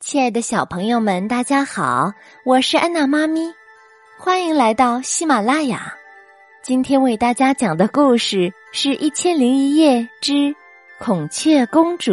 亲爱的小朋友们，大家好，我是安娜妈咪，欢迎来到喜马拉雅。今天为大家讲的故事是《1001夜之孔雀公主》。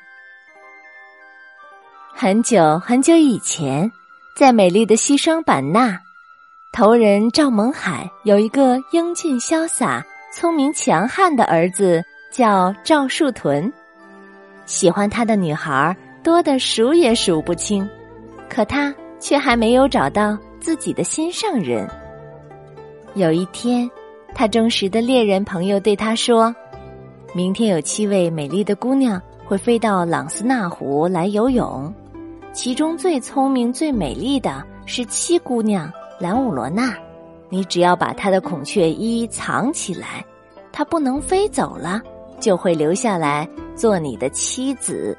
很久很久以前，在美丽的西双版纳，头人赵蒙海有一个英俊潇洒、聪明强悍的儿子，叫赵树屯。喜欢他的女孩多得数也数不清，可他却还没有找到自己的心上人。有一天，他忠实的猎人朋友对他说，明天有7位美丽的姑娘会飞到朗斯纳湖来游泳，其中最聪明最美丽的是7姑娘兰武罗娜，你只要把她的孔雀衣藏起来，她不能飞走了，就会留下来做你的妻子。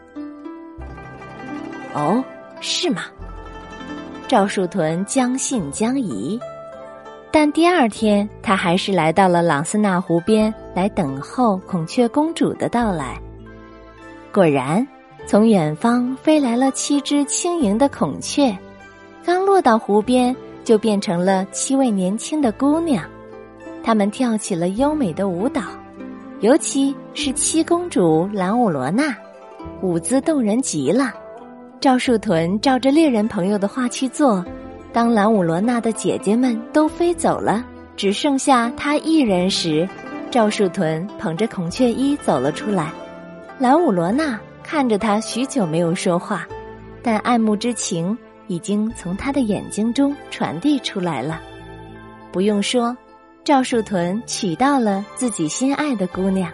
哦，是吗？赵树屯将信将疑，但第二天他还是来到了朗斯纳湖边来等候孔雀公主的到来。果然，从远方飞来了7只轻盈的孔雀，刚落到湖边就变成了7位年轻的姑娘，她们跳起了优美的舞蹈，尤其是7公主兰武罗娜，舞姿动人极了。赵树屯照着猎人朋友的话去做，当兰武罗娜的姐姐们都飞走了，只剩下他一人时，赵树屯捧着孔雀衣走了出来。兰武罗娜看着他许久没有说话，但爱慕之情已经从他的眼睛中传递出来了。不用说，赵树屯娶到了自己心爱的姑娘。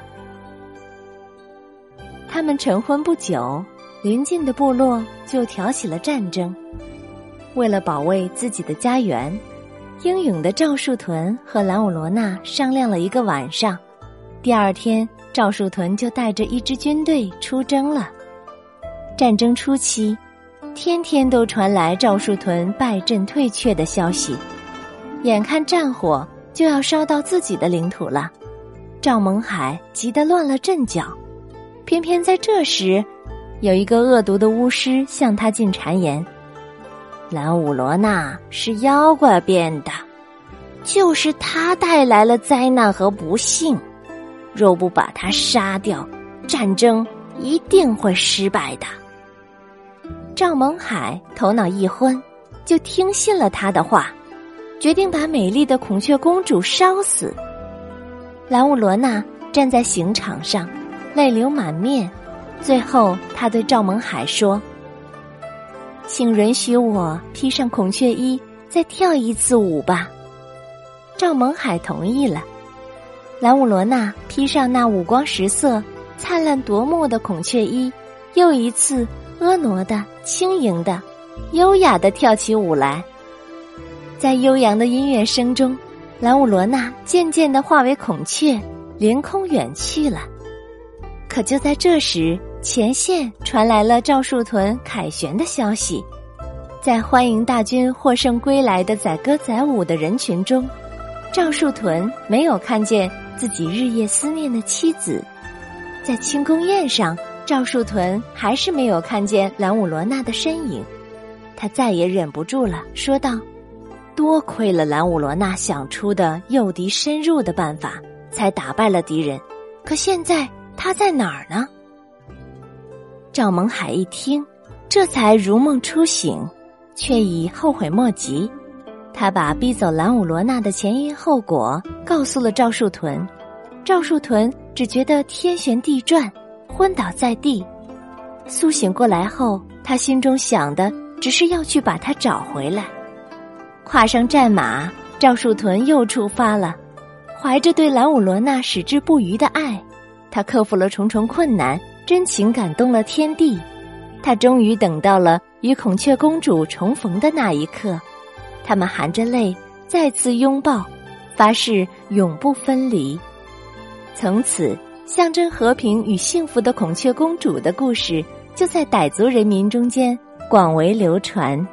他们成婚不久，邻近的部落就挑起了战争。为了保卫自己的家园，英勇的赵树屯和兰武罗娜商量了一个晚上，第二天赵树屯就带着一支军队出征了。战争初期，天天都传来赵树屯败阵退却的消息，眼看战火就要烧到自己的领土了，赵蒙海急得乱了阵脚。偏偏在这时，有一个恶毒的巫师向他进谗言，兰武罗娜是妖怪变的，就是他带来了灾难和不幸，若不把他杀掉，战争一定会失败的。赵蒙海头脑一昏，就听信了他的话，决定把美丽的孔雀公主烧死。兰武罗娜站在刑场上，泪流满面，最后他对赵蒙海说，请允许我披上孔雀衣，再跳一次舞吧。赵蒙海同意了。兰武罗娜披上那五光十色、灿烂夺目的孔雀衣，又一次婀娜的、轻盈的、优雅的跳起舞来。在悠扬的音乐声中，兰武罗娜渐渐地化为孔雀，凌空远去了。可就在这时，前线传来了赵树屯凯旋的消息。在欢迎大军获胜归来的载歌载舞的人群中，赵树屯没有看见自己日夜思念的妻子。在庆功宴上，赵树屯还是没有看见兰武罗娜的身影。他再也忍不住了，说道，多亏了兰武罗娜想出的诱敌深入的办法，才打败了敌人，可现在他在哪儿呢？赵蒙海一听，这才如梦初醒，却已后悔莫及。他把逼走兰武罗娜的前因后果告诉了赵树屯。赵树屯只觉得天旋地转，昏倒在地。苏醒过来后，他心中想的只是要去把她找回来。跨上战马，赵树屯又出发了。怀着对兰武罗娜矢志不渝的爱，他克服了重重困难，真情感动了天地。他终于等到了与孔雀公主重逢的那一刻，他们含着泪再次拥抱，发誓永不分离。从此，象征和平与幸福的孔雀公主的故事就在傣族人民中间广为流传。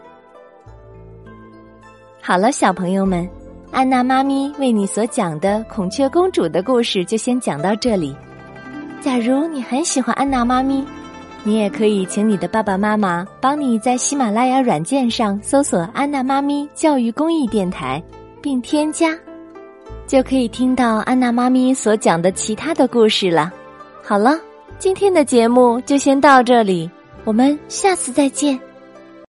好了，小朋友们，安娜妈咪为你所讲的孔雀公主的故事就先讲到这里。假如你很喜欢安娜妈咪， 你也可以请你的爸爸妈妈帮你在喜马拉雅软件上搜索安娜妈咪教育公益电台，并添加，就可以听到安娜妈咪所讲的其他的故事了。好了，今天的节目就先到这里，我们下次再见。